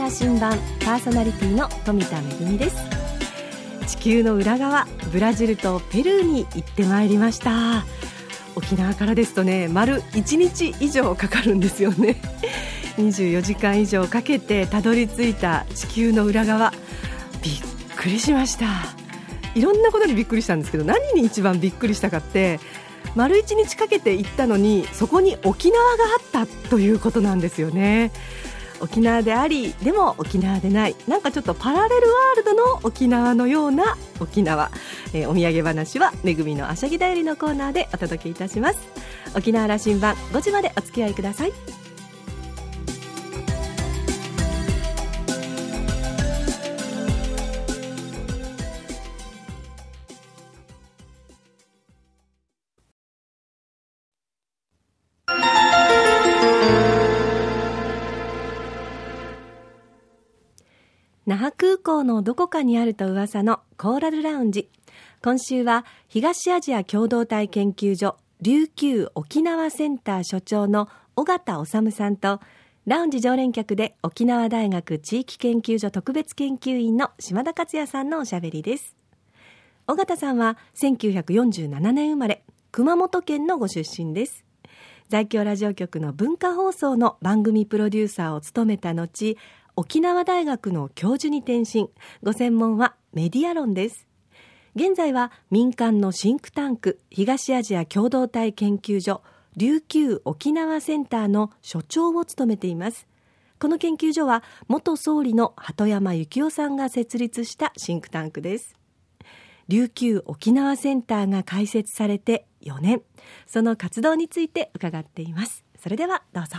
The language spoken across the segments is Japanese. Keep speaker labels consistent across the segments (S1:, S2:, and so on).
S1: 羅針盤パーソナリティの富田恵です。地球の裏側、ブラジルとペルーに行ってまいりました。沖縄からですとね、丸1日以上かかるんですよね。24時間以上かけてたどり着いた地球の裏側、びっくりしました。いろんなことにびっくりしたんですけど、何に一番びっくりしたかって、丸1日かけて行ったのにそこに沖縄があったということなんですよね。沖縄であり、でも沖縄でない、なんかちょっとパラレルワールドの沖縄のような沖縄。お土産話はめぐみのあしゃぎだよりのコーナーでお届けいたします。沖縄羅針盤、5時までお付き合いください。那覇空港のどこかにあると噂のコーラルラウンジ。今週は東アジア共同体研究所琉球沖縄センター所長の尾形治さんと、ラウンジ常連客で沖縄大学地域研究所特別研究員の島田克也さんのおしゃべりです。尾形さんは1947年生まれ、熊本県のご出身です。在京ラジオ局の文化放送の番組プロデューサーを務めた後、沖縄大学の教授に転身。ご専門はメディア論です。現在は民間のシンクタンク東アジア共同体研究所琉球沖縄センターの所長を務めています。この研究所は元総理の鳩山幸夫さんが設立したシンクタンクです。琉球沖縄センターが開設されて4年、その活動について伺っています。それではどうぞ。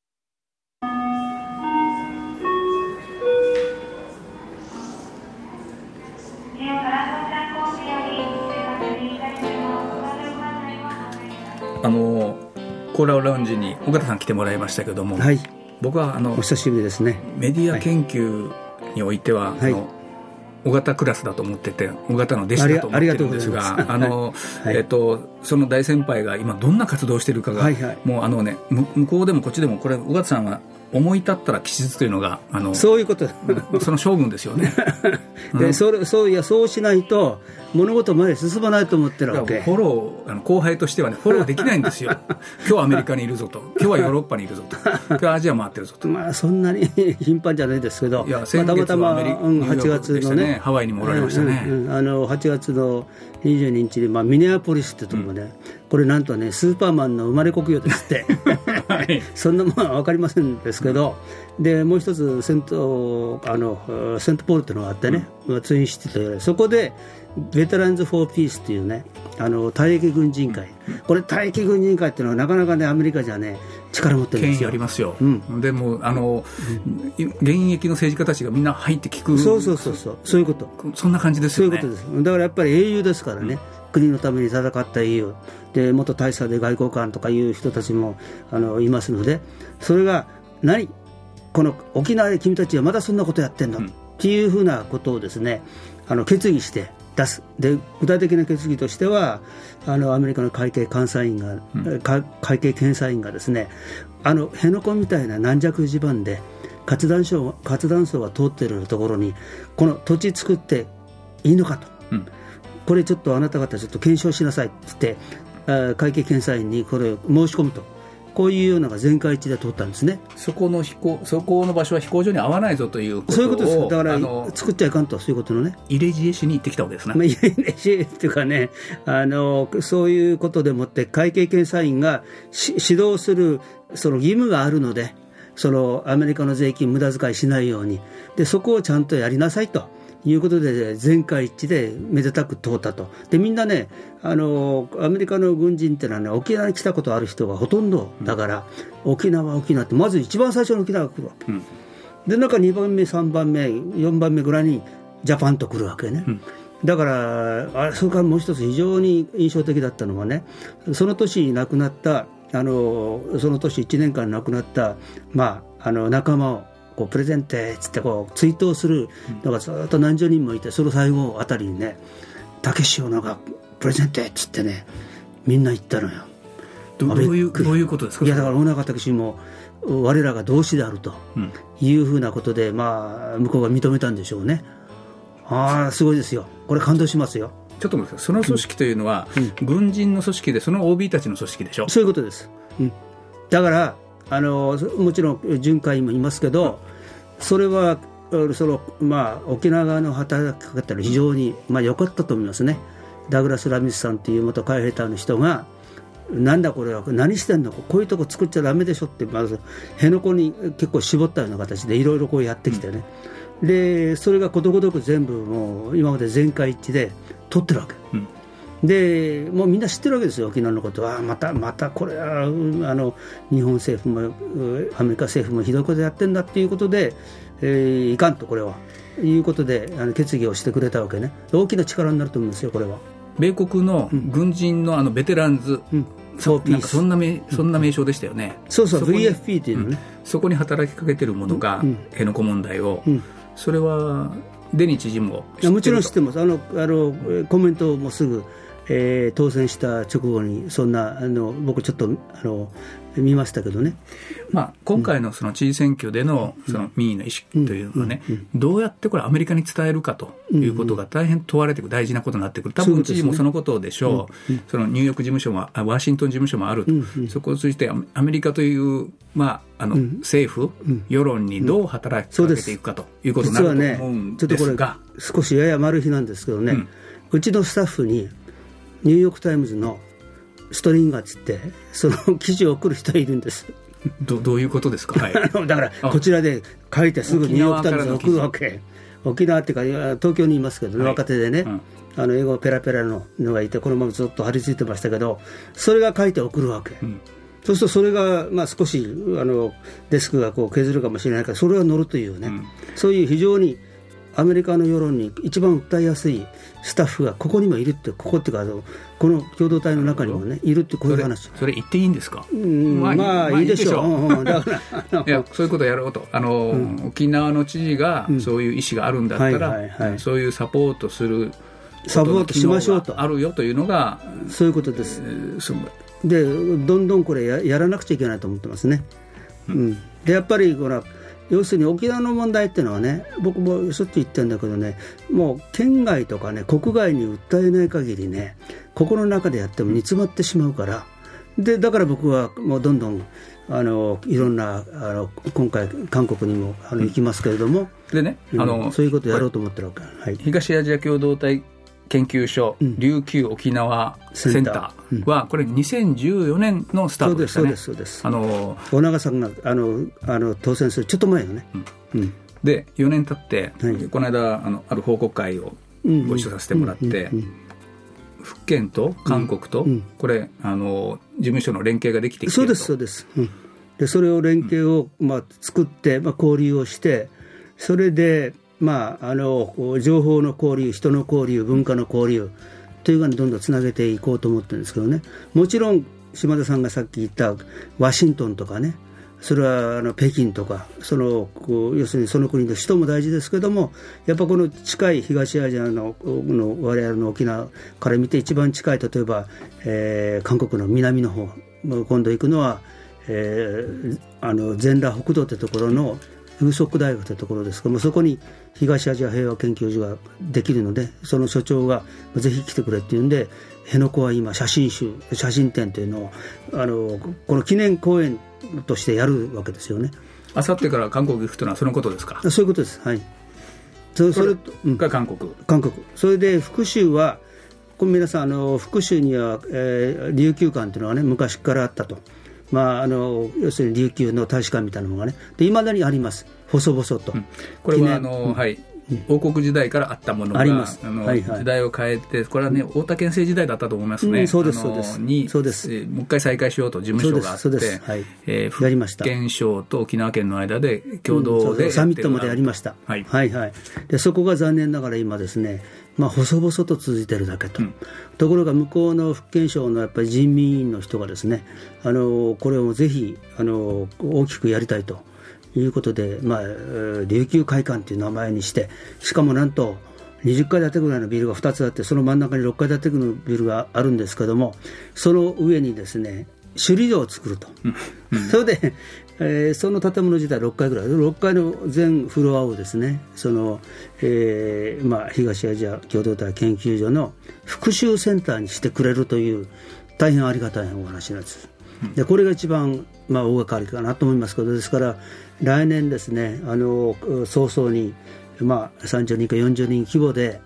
S2: コーラルラウンジに尾形さん来てもらいましたけども、
S3: はい、
S2: 僕は
S3: お久しぶりですね。
S2: メディア研究においては、はい、尾形クラスだと思ってて、尾形の弟子だと思ってるんですが、その大先輩が今どんな活動をしているかが、はいはい、もう向こうでもこっちでも、これ尾形さんが思い立ったら吉日というのが
S3: そういうこと
S2: その将軍ですよね。
S3: でそうしないと物事まで進まないと思ってるわけ。
S2: フォロー後輩としてはね、フォローできないんですよ。今日はアメリカにいるぞと、今日はヨーロッパにいるぞと、今日はアジア回ってるぞと。
S3: まあそんなに頻繁じゃないですけど、
S2: いや先月はアメリカ、8月のね、ハワイにもおられましたね。
S3: 8月の22日に、ミネアポリスってところで、これなんとね、スーパーマンの生まれ故郷ですって。はい、そんなものは分かりませんですけど、でもう一つセントポールっていうのがあってね、ツインシティという、そこでベテランズ・フォー・ピースっていうね、退役軍人会、これ退役軍人会っていうのはなかなかね、アメリカじゃね力持ってるんですよ。
S2: 権威ありますよ。でも現役の政治家たちがみんな入って聞く。そう
S3: いうこと。
S2: そんな感じですよね。
S3: そういうことです。だからやっぱり英雄ですからね、国のために戦った英雄で、元大佐で外交官とかいう人たちもいますので、それがこの沖縄で君たちはまだそんなことやってんの、っていうふうなことをですね、決議して出す。で具体的な決議としては、アメリカの会計検査員がですね、辺野古みたいな軟弱地盤で活断層が通っているところにこの土地作っていいのかと、これちょっとあなた方ちょっと検証しなさいって言って、会計検査員にこれを申し込むと、こういうようなのが全会一致で通ったんですね。
S2: そこの場所は飛行場に合わないぞということを、
S3: そういうことです。だから作っちゃいかんと、そういうことのね、
S2: 入れ知恵しに行ってきたわけですね。
S3: 入れ知恵っていうかね、そういうことでもって会計検査員が指導するその義務があるので、アメリカの税金無駄遣いしないように、でそこをちゃんとやりなさいということで、全会一致でめでたく通ったと。でみんなね、アメリカの軍人ってのはね、沖縄に来たことある人がほとんどだから、沖縄ってまず一番最初に沖縄が来るわけ、でなんか2番目3番目4番目ぐらいにジャパンと来るわけね、だからそれからもう一つ非常に印象的だったのはね、その年亡くなったその年1年間亡くなった、仲間をプレゼンテっつって追悼するのがずっと何十人もいて、その最後あたりにね、たけしをプレゼンテっつってね、みんな言ったのよ。
S2: どういうことですか。
S3: いやだから大中武氏も我らが同志であるというふうなことで、まあ、向こうが認めたんでしょうね。すごいですよ、これ感動しますよ。
S2: ちょっと待ってください、その組織というのは、軍人の組織でその OB たちの組織でしょ。
S3: そういうことです、だからもちろん巡回もいますけど、それは沖縄側の働き方が非常に良かったと思いますね。ダグラス・ラミスさんという元海兵隊の人が、なんだこれは何してんの、こういうとこ作っちゃダメでしょって、まず辺野古に結構絞ったような形でいろいろこうやってきてね、でそれがことごとく全部もう今まで全会一致で取ってるわけ、でもうみんな知ってるわけですよ、沖縄のことは。またこれは日本政府もアメリカ政府もひどいことやってんだっていうことで、いかんとこれはいうことで決議をしてくれたわけね。大きな力になると思うんですよ、これは。
S2: 米国の軍人のベテランズ、なんかそんな名称でしたよね。
S3: そう VFP っていうのね、
S2: そこに働きかけてるものが、辺野古問題を、それはデニー知事も知ってると。
S3: もちろん知ってます。コメントもすぐ、当選した直後にそんな僕ちょっと見ましたけどね。
S2: 今回のその知事選挙でのその民意の意識というのはね、どうやってこれアメリカに伝えるかということが大変問われていく大事なことになってくる。多分知事もそのことでしょう。そのニューヨーク事務所もワシントン事務所もあると、そこを通じてアメリカという政府世論にどう働きかけていくかということになると思うんですが、
S3: 実はね、ちょっとこれ少しややマル秘なんですけどね、うちのスタッフにニューヨークタイムズのストリンガーつってその記事を送る人がいるんです。
S2: どういうことですか。
S3: だからこちらで書いてすぐニューヨークタイムズに送るわけ。沖縄っていうか東京にいますけどね、若手でね、英語ペラペラのがいて、このままずっと張り付いてましたけど、それが書いて送るわけ、そうするとそれが少しデスクがこう削るかもしれないから、それが乗るというね、そういう非常にアメリカの世論に一番訴えやすいスタッフがここにもいるって、ここっていうかこの共同体の中にもねいるって、こういう話。
S2: それ言っていいんですか。
S3: いいでしょう。だから
S2: いや、そういうことをやろうと沖縄の知事がそういう意思があるんだったら、そういうサポートする
S3: サポートしましょうと
S2: あるよというのが、
S3: そういうことです。でどんどんこれ やらなくちゃいけないと思ってますね。でやっぱり要するに沖縄の問題っていうのはね、僕もしょっちゅう言ってるんだけどね、もう県外とかね国外に訴えない限りね、ここの中でやっても煮詰まってしまうから、でだから僕はもうどんどんいろんな今回韓国にも行きますけれども、
S2: でね、
S3: そういうことをやろうと思ってるわけ、
S2: 東アジア共同体研究所、琉球沖縄センターは、これ2014年のスタートでしたね。
S3: そうです大長さんが当選するちょっと前よね、
S2: で4年経って、この間ある報告会をご一緒させてもらって、福建と韓国と、これ事務所の連携ができてきていると。
S3: そうです、でそれを連携を作って、交流をして、それで情報の交流、人の交流、文化の交流というのにどんどんつなげていこうと思ってるんですけどね。もちろん島田さんがさっき言ったワシントンとかね、それは北京とか、要するにその国の首都も大事ですけども、やっぱこの近い東アジアの我々の沖縄から見て一番近い、例えば、韓国の南の方、今度行くのは、全羅北道というところの風速大学というところですけども、そこに東アジア平和研究所ができるので、その所長がぜひ来てくれっていうんで、辺野古は今写真展というのをこの記念公演としてやるわけですよね。
S2: あさってから韓国行くというのはそのことですか。
S3: そういうことです。それ
S2: が韓国。
S3: それで福州は皆さん福州には、琉球館というのがね昔からあったと。要するに琉球の大使館みたいなのがね、いまだにあります、細々と。
S2: これは王国時代からあったものが
S3: あります。
S2: 時代を変えて、これはね大田県政時代だったと思いますね。
S3: そうですもう
S2: 一回再開しようと事務所があって、福建省と沖縄県の間で共同で
S3: サミットまでやりました。でそこが残念ながら今ですね、細々と続いてるだけと、ところが向こうの福建省のやっぱり人民委員の人がですね、これをぜひ大きくやりたいということで、琉球会館という名前にして、しかもなんと20階建てぐらいのビルが2つあって、その真ん中に6階建てのビルがあるんですけども、その上にですね首里城を作ると、それで、その建物自体6階ぐらい、6階の全フロアをですね、東アジア共同体研究所の復習センターにしてくれるという大変ありがたいお話なんです。でこれが一番、大掛かりかなと思いますけど、ですから来年ですね、早々に、30人か40人規模で、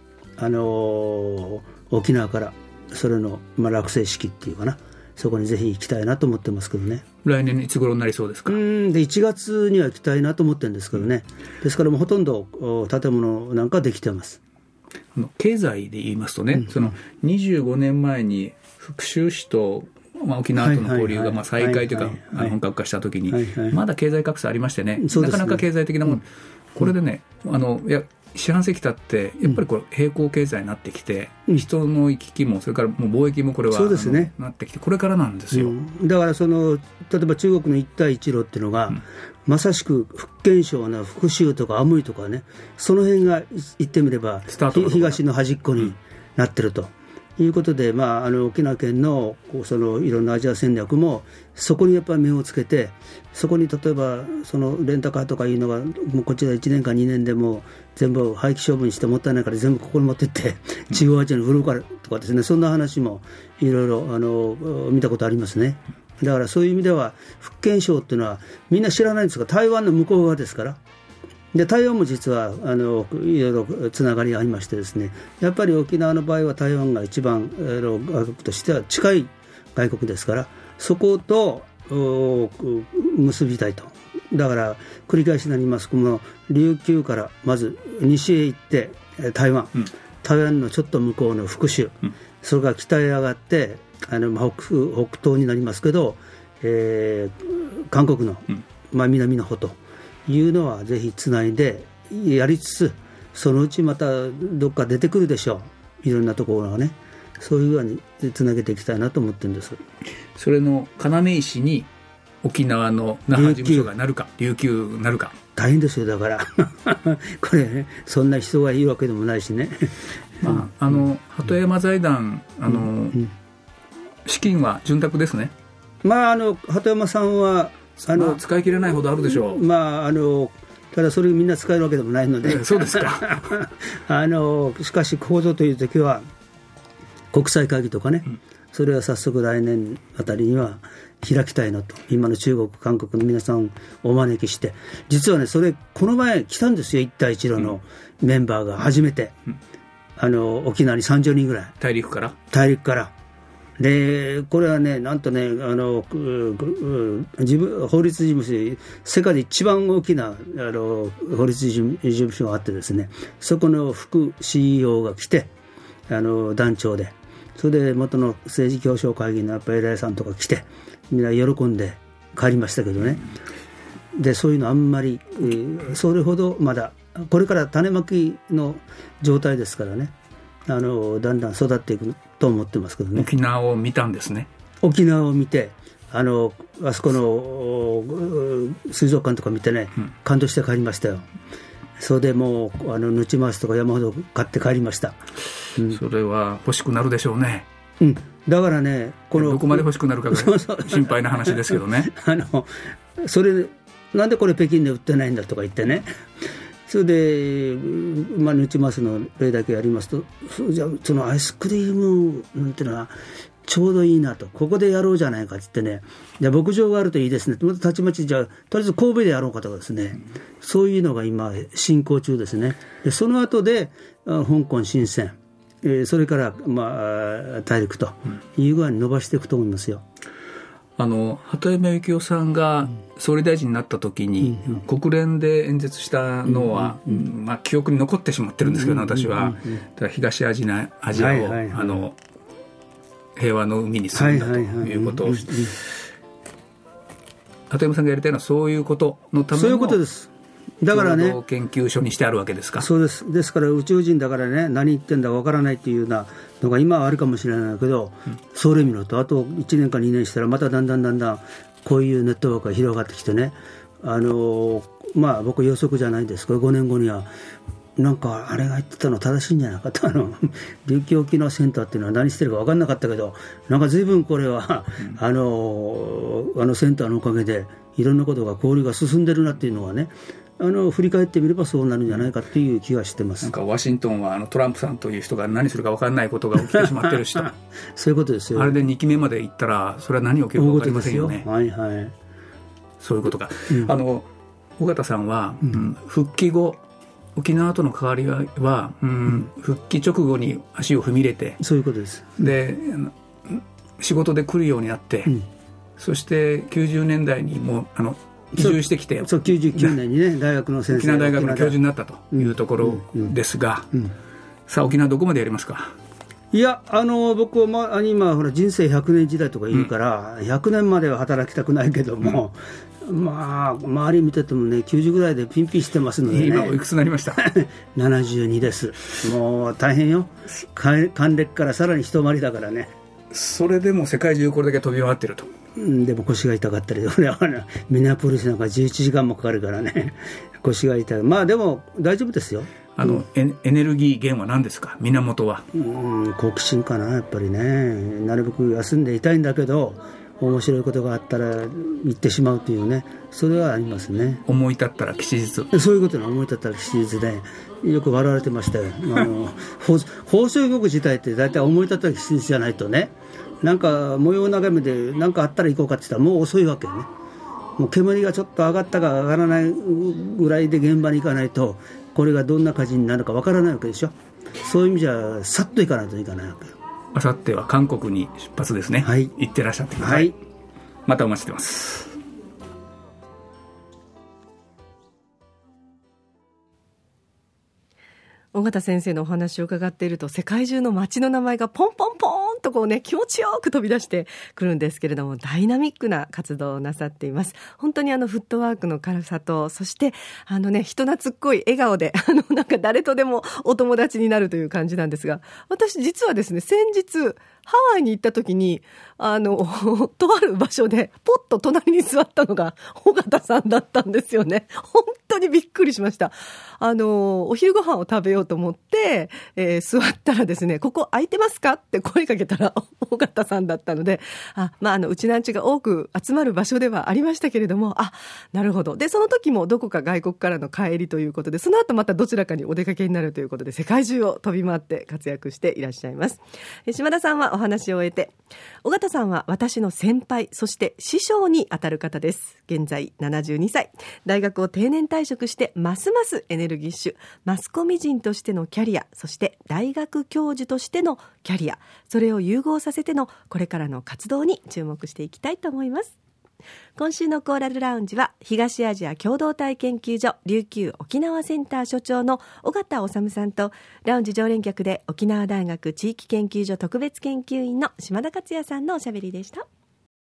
S3: 沖縄からそれの、落成式っていうかな、そこにぜひ行きたいなと思ってますけどね。
S2: 来年いつ頃になりそうですか？
S3: で1月には行きたいなと思ってるんですけどね。ですからもうほとんど建物なんかできてます。
S2: 経済で言いますとね、その25年前に福州市と、沖縄との交流が再開というか本格化したときに、まだ経済格差ありましてね、なかなか経済的なもの、これでね、四半世紀経ってやっぱりこれ平行経済になってきて、人の行き来もそれからもう貿易もこれはなってきて、これからなんですよ。
S3: だから例えば中国の一帯一路っていうのが、まさしく福建省の福州とかアムイとかね、その辺が言ってみれば東の端っこになってるということで、沖縄県のいろんなアジア戦略もそこにやっぱり目をつけて、そこに例えばレンタカーとかいうのがもうこちら1年か2年でも全部廃棄処分してもったいないから全部ここに持ってって中央アジアに売るからとかですね、そんな話もいろいろ見たことありますね。だからそういう意味では福建省っていうのはみんな知らないんですが、台湾の向こう側ですから。で台湾も実はいろいろつながりがありましてですね、やっぱり沖縄の場合は台湾が一番外国としては近い外国ですから、そこと結びたいと。だから繰り返しになりますけども、琉球からまず西へ行って台湾のちょっと向こうの福州、それから北へ上がって北東になりますけど、韓国の、南の方というのはぜひつないでやりつつ、そのうちまたどっか出てくるでしょう、いろんなところがね。そういうようにつなげていきたいなと思ってるんです。
S2: それの要石に沖縄の那覇事務所がなるか琉球なるか
S3: 大変ですよ。だからこれね、そんな人がいいわけでもないしね
S2: 鳩山財団資金は潤沢ですね。
S3: 鳩山さんは
S2: 使い切れないほどあるでしょう。
S3: ただそれみんな使えるわけでもないので
S2: そうですか
S3: しかし構造という時は国際会議とかね、それは早速来年あたりには開きたいなと。今の中国韓国の皆さんをお招きして、実はね、それこの前来たんですよ、一帯一路のメンバーが初めて、沖縄に30人ぐらい
S2: 大陸から
S3: でこれはね、なんとね、法律事務所、世界で一番大きな法律事務所があってですね、そこの副 CEO が来て団長で、それで元の政治協商会議のやっぱり偉いさんとか来て、みんな喜んで帰りましたけどね。でそういうのあんまり、それほどまだこれから種まきの状態ですからね、だんだん育っていくと思ってますけどね。
S2: 沖縄を見たんですね。
S3: 沖縄を見てあそこの水族館とか見てね、感動して帰りましたよ。それでもうヌチマウスとか山ほど買って帰りました、
S2: それは欲しくなるでしょうね。
S3: だからね、
S2: どこまで欲しくなるかが心配な話ですけどね
S3: それなんでこれ北京で売ってないんだとか言ってねそれで、ヌチマウスの例だけやりますと、じゃあそのアイスクリームなんていうのはちょうどいいなと、ここでやろうじゃないかって言ってね、じゃあ牧場があるといいですね、またたちまちじゃあとりあえず神戸でやろうかとかですね、そういうのが今進行中ですね。でその後で香港深セン、それから大陸という具合に伸ばしていくと思いますよ。
S2: 鳩山幸夫さんが総理大臣になった時に、国連で演説したのは、記憶に残ってしまってるんですけど、私は東アジアを、平和の海にするんだということを、鳩山さんがやりたいのはそういうことのための、
S3: そういうことです。だからね、
S2: 共同研究所にしてあるわけですか。
S3: そうです。ですから宇宙人だからね、何言ってんだかわからないっていうようなのが今はあるかもしれないけど、それ見ろと、あと1年か2年したらまただんだんこういうネットワークが広がってきてね、僕予測じゃないですけど、5年後にはなんかあれが言ってたの正しいんじゃないかと、琉球沖縄センターっていうのは何してるか分かんなかったけど、なんか随分これは、あのセンターのおかげでいろんなことが交流が進んでるなっていうのはね、振り返ってみればそうなるんじゃないかっていう気がしてます。
S2: なんかワシントンはトランプさんという人が何するか分からないことが起きてしまってるしと
S3: そういうことですよ。
S2: あれで2期目まで行ったらそれは何起きるか分かりませんよね。
S3: はいはい、
S2: そういうことか、尾形さんは、復帰後沖縄との関わりは、復帰直後に足を踏み入れて、
S3: そういうことです。
S2: で仕事で来るようになって、そして90年代にも移住してきて、
S3: そう99年にね、大学の先生、
S2: 沖縄大学の教授になったというところですが、さあ沖縄どこまでやりますか。
S3: いや、僕は、今ほら人生100年時代とか言うから、100年までは働きたくないけども、まあ周り見ててもね、90ぐらいでピンピンしてますのでね。
S2: 今おいくつになりました？
S3: 72です。もう大変よ。還暦からさらに一回りだからね。
S2: それでも世界中これだけ飛び回ってると。
S3: でも腰が痛かったり、俺はミネアポリスなんか11時間もかかるからね、腰が痛い。まあでも大丈夫ですよ。
S2: エネルギー源は何ですか、源は。
S3: 好奇心かな、やっぱりね。なるべく休んでいたいんだけど、面白いことがあったら行ってしまうというね、それはありますね。
S2: 思い立ったら吉日。
S3: そういうことね、思い立ったら吉日で、よく笑われてましたよ。放送局自体って大体思い立ったら吉日じゃないとね、なんか模様眺めで何かあったら行こうかって言ったらもう遅いわけね。もう煙がちょっと上がったか上がらないぐらいで現場に行かないと、これがどんな火事になるかわからないわけでしょ。そういう意味じゃさっと行かないといけないわけよ。
S2: あさっては韓国に出発ですね。はい、行ってらっしゃってください。はい、またお待ちしてます。
S1: 尾形先生のお話を伺っていると、世界中の街の名前がポンポンポーンとこうね、気持ちよく飛び出してくるんですけれども、ダイナミックな活動をなさっています。本当にフットワークの軽さと、そして人懐っこい笑顔でなんか誰とでもお友達になるという感じなんですが、私実はですね、先日ハワイに行った時にとある場所でポッと隣に座ったのが尾形さんだったんですよね。本当にびっくりしました。お昼ご飯を食べようと思って、座ったらですね、ここ空いてますかって声かけたら尾形さんだったので、うちなんちが多く集まる場所ではありましたけれども、なるほど。でその時もどこか外国からの帰りということで、その後またどちらかにお出かけになるということで、世界中を飛び回って活躍していらっしゃいます。島田さんはお話を終えて、尾形さんは私の先輩、そして師匠にあたる方です。現在72歳、大学を定年退職してますますエネルギッシュ、マスコミ人としてのキャリア、そして大学教授としてのキャリア、それを融合させてのこれからの活動に注目していきたいと思います。今週のコーラルラウンジは、東アジア共同体研究所琉球沖縄センター所長の尾形治さんと、ラウンジ常連客で沖縄大学地域研究所特別研究員の島田克也さんのおしゃべりでした。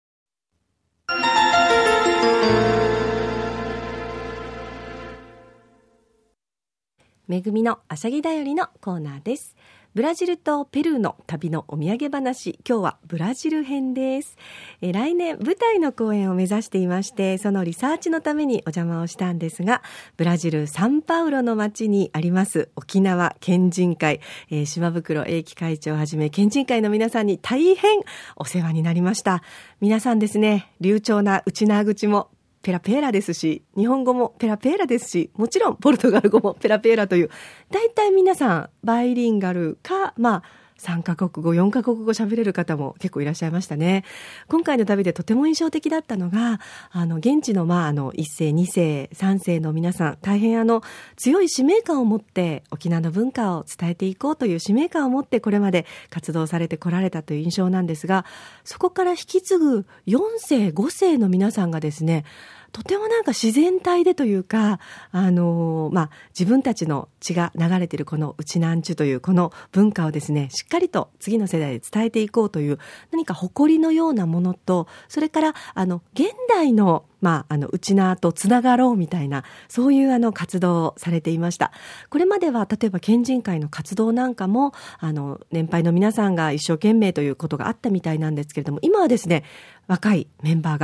S1: めぐみのあしゃぎだよりのコーナーです。ブラジルとペルーの旅のお土産話、今日はブラジル編です。来年舞台の公演を目指していまして、そのリサーチのためにお邪魔をしたんですが、ブラジルサンパウロの町にあります沖縄県人会、島袋英樹会長をはじめ県人会の皆さんに大変お世話になりました。皆さんですね、流暢な内縄口もペラペラですし、日本語もペラペラですし、もちろんポルトガル語もペラペラという、大体皆さんバイリンガルか、3カ国語、4カ国語喋れる方も結構いらっしゃいましたね。今回の旅でとても印象的だったのが、現地の1世、2世、3世の皆さん、大変強い使命感を持って沖縄の文化を伝えていこうという使命感を持ってこれまで活動されてこられたという印象なんですが、そこから引き継ぐ4世、5世の皆さんがですね、とてもなんか自然体でというか、自分たちの血が流れているこのウチナンチュというこの文化をですね、しっかりと次の世代で伝えていこうという何か誇りのようなものと、それから現代のウチナーとつながろうみたいな、そういう活動をされていました。これまでは例えば県人会の活動なんかも年配の皆さんが一生懸命ということがあったみたいなんですけれども、今はですね、若いメンバーが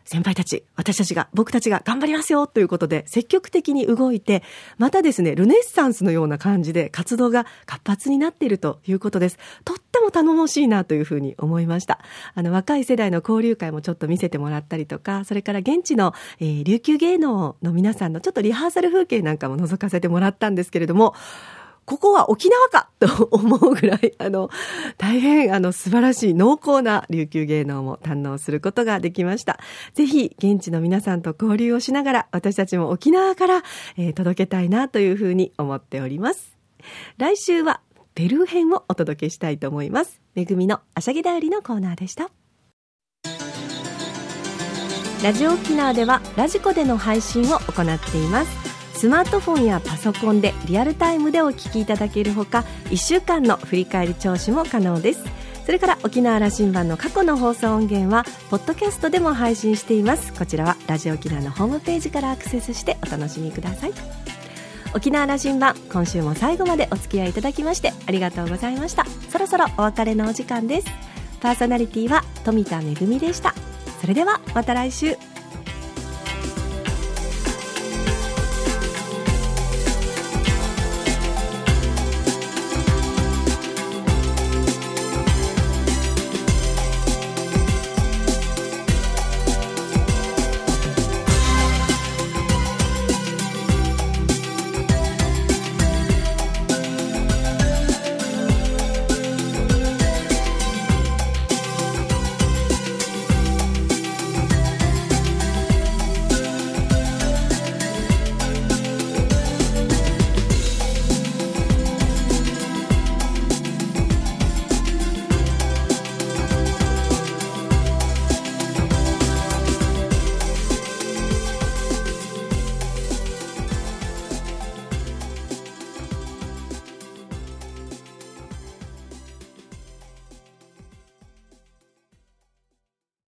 S1: 先輩たち、僕たちが頑張りますよということで積極的に動いて、またですね、ルネッサンスのような感じで活動が活発になっているということです。とっても頼もしいなというふうに思いました。若い世代の交流会もちょっと見せてもらったりとか、それから現地の、琉球芸能の皆さんのちょっとリハーサル風景なんかも覗かせてもらったんですけれども、ここは沖縄かと思うぐらい、大変素晴らしい濃厚な琉球芸能も堪能することができました。ぜひ現地の皆さんと交流をしながら、私たちも沖縄から、届けたいなというふうに思っております。来週はペルー編をお届けしたいと思います。めぐみのあしゃぎだよりのコーナーでした。ラジオ沖縄ではラジコでの配信を行っています。スマートフォンやパソコンでリアルタイムでお聞きいただけるほか、1週間の振り返り聴取も可能です。それから沖縄羅針盤の過去の放送音源はポッドキャストでも配信しています。こちらはラジオ沖縄のホームページからアクセスしてお楽しみください。沖縄羅針盤、今週も最後までお付き合いいただきましてありがとうございました。そろそろお別れのお時間です。パーソナリティは富田恵でした。それではまた来週。